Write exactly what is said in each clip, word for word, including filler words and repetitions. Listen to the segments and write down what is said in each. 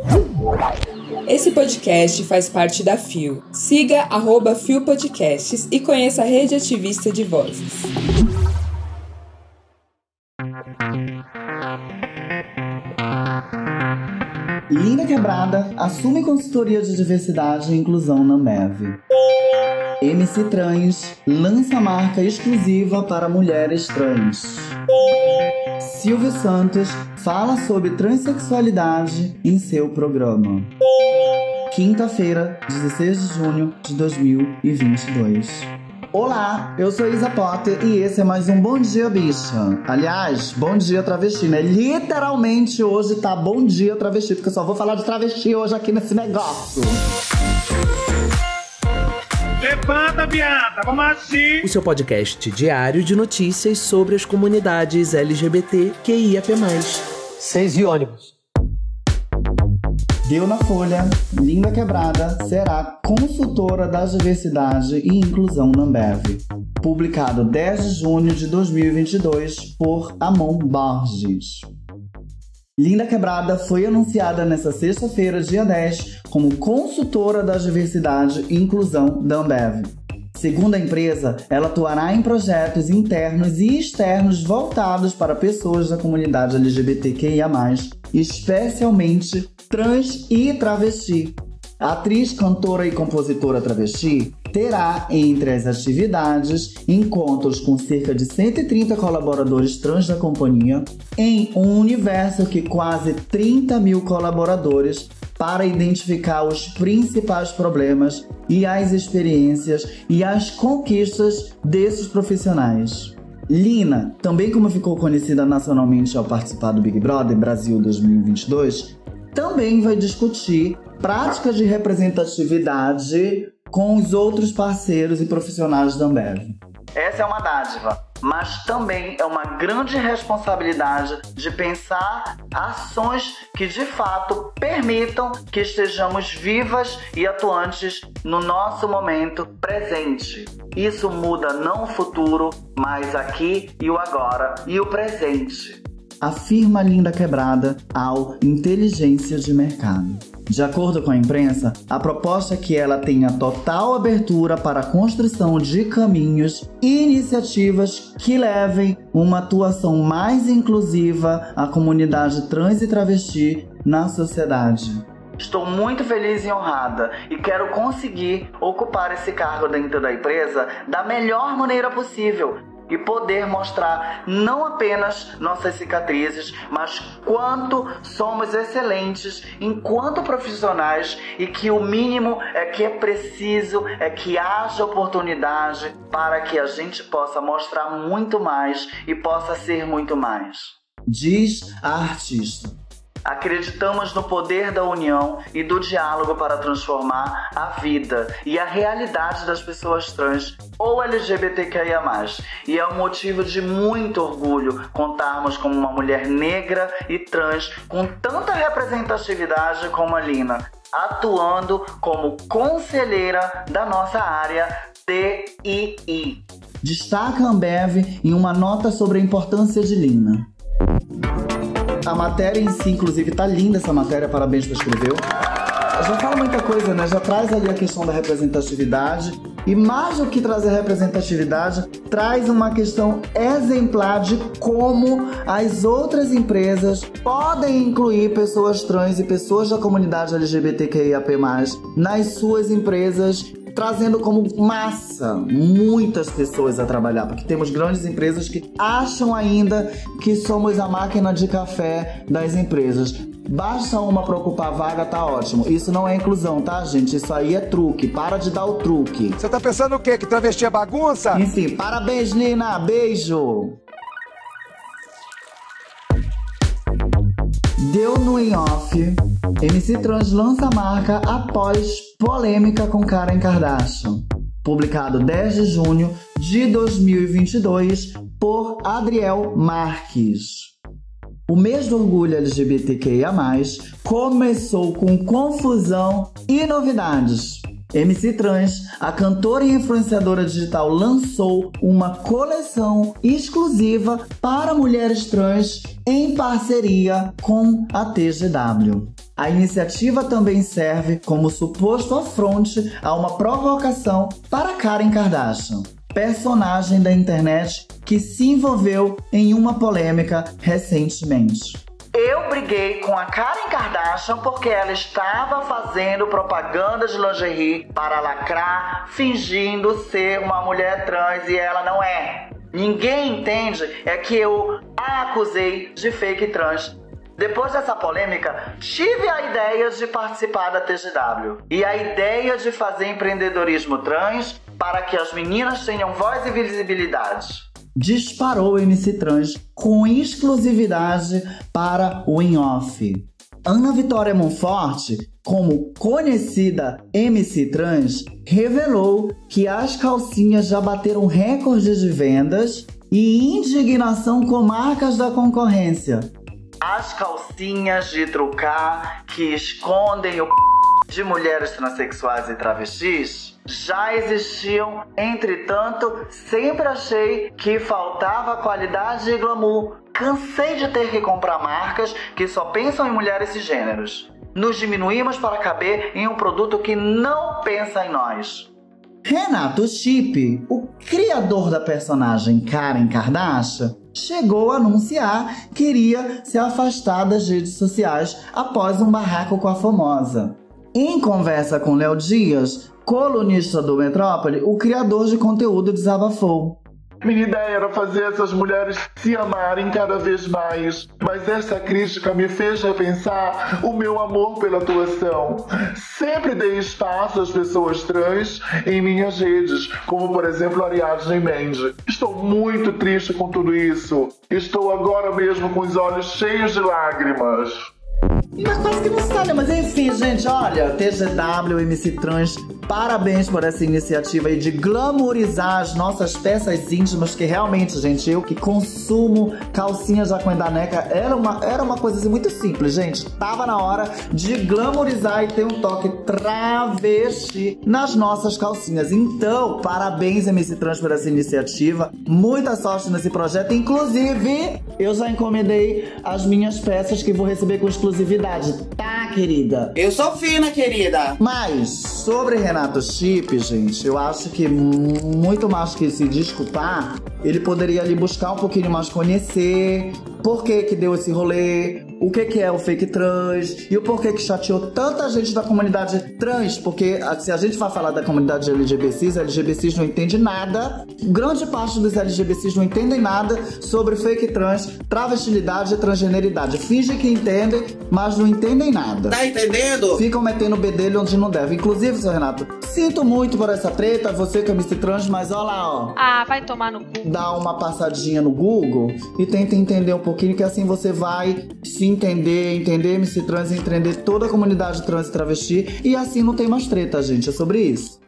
Esse podcast faz parte da Fio. Siga arroba Fio Podcasts e conheça a rede ativista de vozes. Linda Quebrada assume consultoria de diversidade e inclusão na Ambev. M C Trans lança marca exclusiva para mulheres trans. Silvio Santos fala sobre transexualidade em seu programa. Quinta-feira, dezesseis de junho de dois mil e vinte e dois. Olá, eu sou Isa Potter e esse é mais um Bom Dia Bicha. Aliás, Bom Dia Travesti, né? Literalmente hoje tá Bom Dia Travesti, porque eu só vou falar de travesti hoje aqui nesse negócio. Levanta, viada, vamos assim! O seu podcast diário de notícias sobre as comunidades L G B T Q I A P mais. Seis e ônibus. Deu na Folha, Linda Quebrada será consultora da diversidade e inclusão na Ambev. Publicado dez de junho de dois mil e vinte e dois por Amon Borges. Linda Quebrada foi anunciada nesta sexta-feira, dia dez, como consultora da diversidade e inclusão da Ambev. Segundo a empresa, ela atuará em projetos internos e externos voltados para pessoas da comunidade L G B T Q I A mais, especialmente trans e travesti. A atriz, cantora e compositora travesti terá, entre as atividades, encontros com cerca de cento e trinta colaboradores trans da companhia, em um universo que quase trinta mil colaboradores, para identificar os principais problemas e as experiências e as conquistas desses profissionais. Lina, também como ficou conhecida nacionalmente ao participar do Big Brother Brasil dois mil e vinte e dois, também vai discutir práticas de representatividade com os outros parceiros e profissionais da Ambev. Essa é uma dádiva, mas também é uma grande responsabilidade de pensar ações que de fato permitam que estejamos vivas e atuantes no nosso momento presente. Isso muda não o futuro, mas aqui e o agora e o presente. Afirma Linda Quebrada ao Inteligência de Mercado. De acordo com a imprensa, a proposta é que ela tenha total abertura para a construção de caminhos e iniciativas que levem uma atuação mais inclusiva à comunidade trans e travesti na sociedade. Estou muito feliz e honrada e quero conseguir ocupar esse cargo dentro da empresa da melhor maneira possível e poder mostrar não apenas nossas cicatrizes, mas quanto somos excelentes enquanto profissionais e que o mínimo é que é preciso é que haja oportunidade para que a gente possa mostrar muito mais e possa ser muito mais. Diz a artista. Acreditamos no poder da união e do diálogo para transformar a vida e a realidade das pessoas trans ou L G B T Q I A mais, e é um motivo de muito orgulho contarmos com uma mulher negra e trans com tanta representatividade como a Lina, atuando como conselheira da nossa área T I I. Destaca a Ambev em uma nota sobre a importância de Lina. A matéria em si, inclusive, tá linda essa matéria, parabéns pra escreveu. Já fala muita coisa, né? Já traz ali a questão da representatividade. E mais do que trazer representatividade, traz uma questão exemplar de como as outras empresas podem incluir pessoas trans e pessoas da comunidade L G B T Q I A P mais, nas suas empresas, trazendo como massa muitas pessoas a trabalhar, porque temos grandes empresas que acham ainda que somos a máquina de café das empresas. Basta uma pra ocupar a vaga, tá ótimo. Isso não é inclusão, tá, gente? Isso aí é truque. Para de dar o truque. Você tá pensando o quê? Que travesti é bagunça? Enfim, parabéns, Nina. Beijo. Deu no em off. M C Trans lança a marca após polêmica com Karen Kardashian. Publicado dez de junho de dois mil e vinte e dois por Adriel Marques. O mês do orgulho L G B T Q I A mais, começou com confusão e novidades. M C Trans, a cantora e influenciadora digital, lançou uma coleção exclusiva para mulheres trans em parceria com a T G W. A iniciativa também serve como suposto afronte a uma provocação para Karen Kardashian, personagem da internet que se envolveu em uma polêmica recentemente. Eu briguei com a Karen Kardashian porque ela estava fazendo propaganda de lingerie para lacrar, fingindo ser uma mulher trans e ela não é. Ninguém entende é que eu a acusei de fake trans. Depois dessa polêmica, tive a ideia de participar da T G W e a ideia de fazer empreendedorismo trans para que as meninas tenham voz e visibilidade. Disparou o M C Trans com exclusividade para o In Off. Ana Vitória Monforte, como conhecida M C Trans, revelou que as calcinhas já bateram recordes de vendas e indignação com marcas da concorrência. As calcinhas de trucar que escondem o p... de mulheres transexuais e travestis já existiam, entretanto, sempre achei que faltava qualidade e glamour. Cansei de ter que comprar marcas que só pensam em mulheres cisgêneros. Nos diminuímos para caber em um produto que não pensa em nós. Renato Chipe, o criador da personagem Karen Kardashian, chegou a anunciar que iria se afastar das redes sociais após um barraco com a famosa. Em conversa com Léo Dias, colunista do Metrópole, o criador de conteúdo desabafou. Minha ideia era fazer essas mulheres se amarem cada vez mais, mas essa crítica me fez repensar o meu amor pela atuação. Sempre dei espaço às pessoas trans em minhas redes, como por exemplo Ariadne Mendes. Estou muito triste com tudo isso. Estou agora mesmo com os olhos cheios de lágrimas. Mas quase que não sabe, mas enfim, gente, olha, T G W, M C Trans, parabéns por essa iniciativa aí de glamourizar as nossas peças íntimas, que realmente, gente, eu que consumo calcinhas da Cunha da Neca, era uma, era uma coisa assim muito simples, gente. Tava na hora de glamourizar e ter um toque travesti nas nossas calcinhas. Então, parabéns, M C Trans, por essa iniciativa. Muita sorte nesse projeto. Inclusive, eu já encomendei as minhas peças que vou receber com exclusividade. Tá, querida? Eu sou fina, querida. Mas, sobre Renato Chipe, gente, eu acho que muito mais que se desculpar, ele poderia ali buscar um pouquinho mais conhecer por que que deu esse rolê, o que que é o fake trans e o porquê que chateou tanta gente da comunidade trans, porque se a gente vai falar da comunidade L G B Cs, L G B Cs não entende nada, grande parte dos L G B Cs não entendem nada sobre fake trans, travestilidade e transgeneridade. Fingem que entendem, mas não entendem nada. Tá entendendo? Ficam metendo o bedelho onde não deve. Inclusive, seu Renato, sinto muito por essa treta, você que é M C Trans, mas olha lá, ó. Ah, vai tomar no cu. Dá uma passadinha no Google e tenta entender um pouquinho, que assim você vai se entender, entender M C Trans, entender toda a comunidade trans e travesti, e assim não tem mais treta, gente, é sobre isso.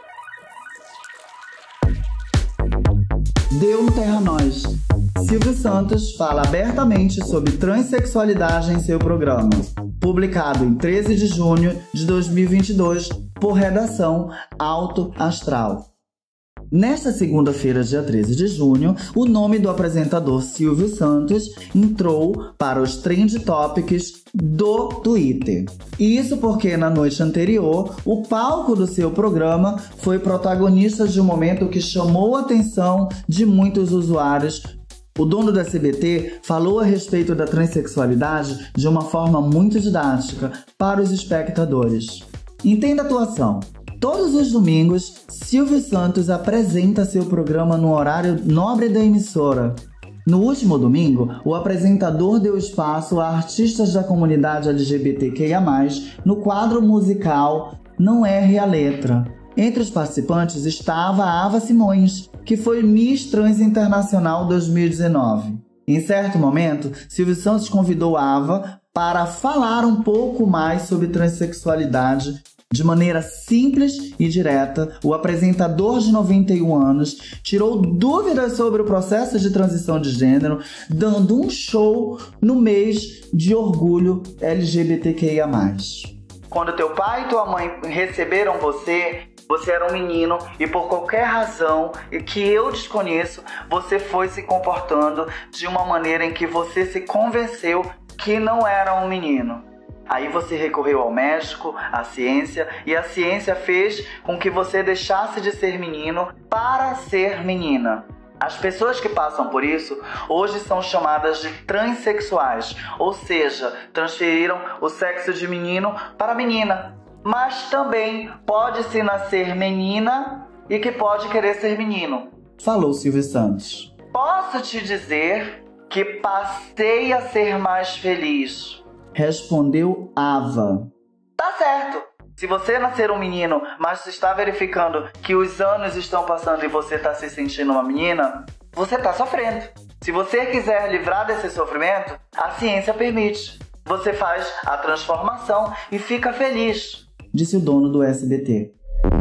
Deu no Terra Nós. Silvio Santos fala abertamente sobre transexualidade em seu programa, publicado em treze de junho de dois mil e vinte e dois por Redação Alto Astral. Nesta segunda-feira, dia treze de junho, o nome do apresentador Silvio Santos entrou para os Trend Topics do Twitter. Isso porque na noite anterior, o palco do seu programa foi protagonista de um momento que chamou a atenção de muitos usuários. O dono do S B T falou a respeito da transexualidade de uma forma muito didática para os espectadores. Entenda a atuação. Todos os domingos, Silvio Santos apresenta seu programa no horário nobre da emissora. No último domingo, o apresentador deu espaço a artistas da comunidade L G B T Q I A mais, no quadro musical Não Erre a Letra. Entre os participantes estava a Ava Simões, que foi Miss Trans Internacional dois mil e dezenove. Em certo momento, Silvio Santos convidou a Ava para falar um pouco mais sobre transexualidade. De maneira simples e direta, o apresentador de noventa e um anos tirou dúvidas sobre o processo de transição de gênero, dando um show no mês de orgulho L G B T Q I A mais. Quando teu pai e tua mãe receberam você, você era um menino e por qualquer razão que eu desconheço, você foi se comportando de uma maneira em que você se convenceu que não era um menino. Aí você recorreu ao médico, à ciência, e a ciência fez com que você deixasse de ser menino para ser menina. As pessoas que passam por isso hoje são chamadas de transexuais, ou seja, transferiram o sexo de menino para menina. Mas também pode-se nascer menina e que pode querer ser menino. Falou Silvio Santos. Posso te dizer que passei a ser mais feliz. Respondeu Ava. Tá certo. Se você nascer um menino, mas se está verificando que os anos estão passando e você está se sentindo uma menina, você está sofrendo. Se você quiser livrar desse sofrimento, a ciência permite. Você faz a transformação e fica feliz. Disse o dono do S B T.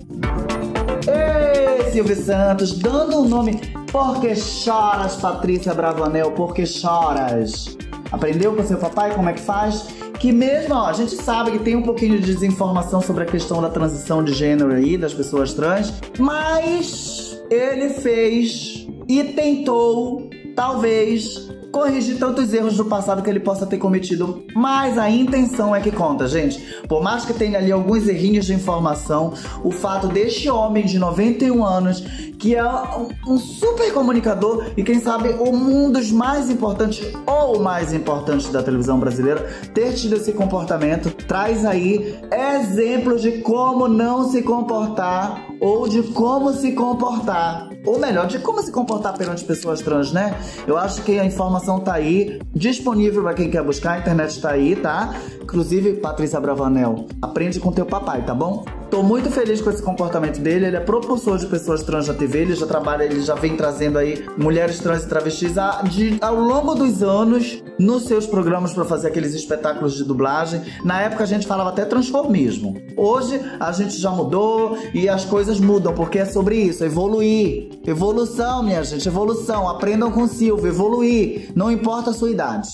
Ei, Silvio Santos, dando um nome. Por que choras, Patrícia Bravanel? Por que choras? Aprendeu com seu papai como é que faz? Que mesmo, ó, a gente sabe que tem um pouquinho de desinformação sobre a questão da transição de gênero aí, das pessoas trans, mas ele fez e tentou, talvez, corrigir tantos erros do passado que ele possa ter cometido, mas a intenção é que conta, gente. Por mais que tenha ali alguns errinhos de informação, o fato deste homem de noventa e um anos, que é um super comunicador e quem sabe um dos mais importantes ou o mais importante da televisão brasileira, ter tido esse comportamento, traz aí exemplos de como não se comportar ou de como se comportar. Ou melhor, de como se comportar perante pessoas trans, né? Eu acho que a informação tá aí, disponível para quem quer buscar, a internet tá aí, tá? Inclusive, Patrícia Bravanel, aprende com teu papai, tá bom? Tô muito feliz com esse comportamento dele, ele é propulsor de pessoas trans na T V, ele já trabalha, ele já vem trazendo aí mulheres trans e travestis a, de, ao longo dos anos nos seus programas para fazer aqueles espetáculos de dublagem. Na época a gente falava até transformismo. Hoje a gente já mudou e as coisas mudam, porque é sobre isso, evoluir. Evolução, minha gente, evolução. Aprendam com o Silvio, evoluir. Não importa a sua idade.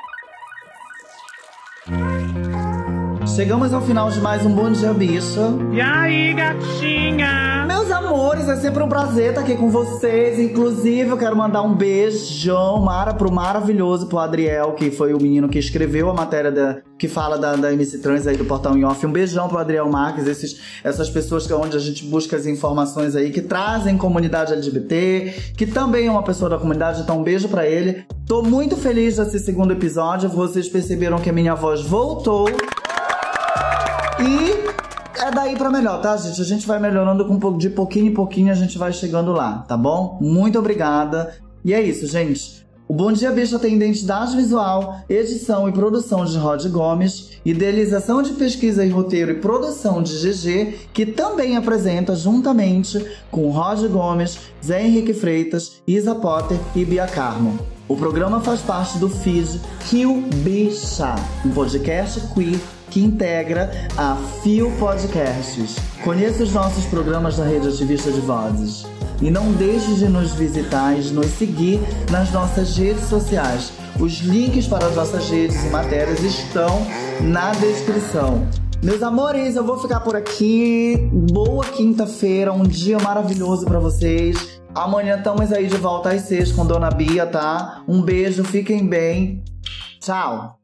Chegamos ao final de mais um Bom Dia Bicha. E aí, gatinha? Meus amores, é sempre um prazer estar aqui com vocês. Inclusive, eu quero mandar um beijão Mara, pro maravilhoso, pro Adriel, que foi o menino que escreveu a matéria da, que fala da, da M C Trans aí do Portal em Off. Um beijão pro Adriel Marques, esses, essas pessoas que é onde a gente busca as informações aí, que trazem comunidade L G B T, que também é uma pessoa da comunidade, então um beijo pra ele. Tô muito feliz desse segundo episódio. Vocês perceberam que a minha voz voltou. E é daí pra melhor, tá, gente? A gente vai melhorando com um pouco, de pouquinho em pouquinho a gente vai chegando lá, tá bom? Muito obrigada. E é isso, gente. O Bom Dia Bicha tem identidade visual, edição e produção de Rod Gomes, idealização de pesquisa e roteiro e produção de G G, que também apresenta juntamente com Rod Gomes, Zé Henrique Freitas, Isa Potter e Bia Carmo. O programa faz parte do feed Rio Bicha, um podcast queer que integra a Fio Podcasts. Conheça os nossos programas da Rede Ativista de Vozes. E não deixe de nos visitar e de nos seguir nas nossas redes sociais. Os links para as nossas redes e matérias estão na descrição. Meus amores, eu vou ficar por aqui. Boa quinta-feira, um dia maravilhoso para vocês. Amanhã estamos aí de volta às seis com Dona Bia, tá? Um beijo, fiquem bem. Tchau!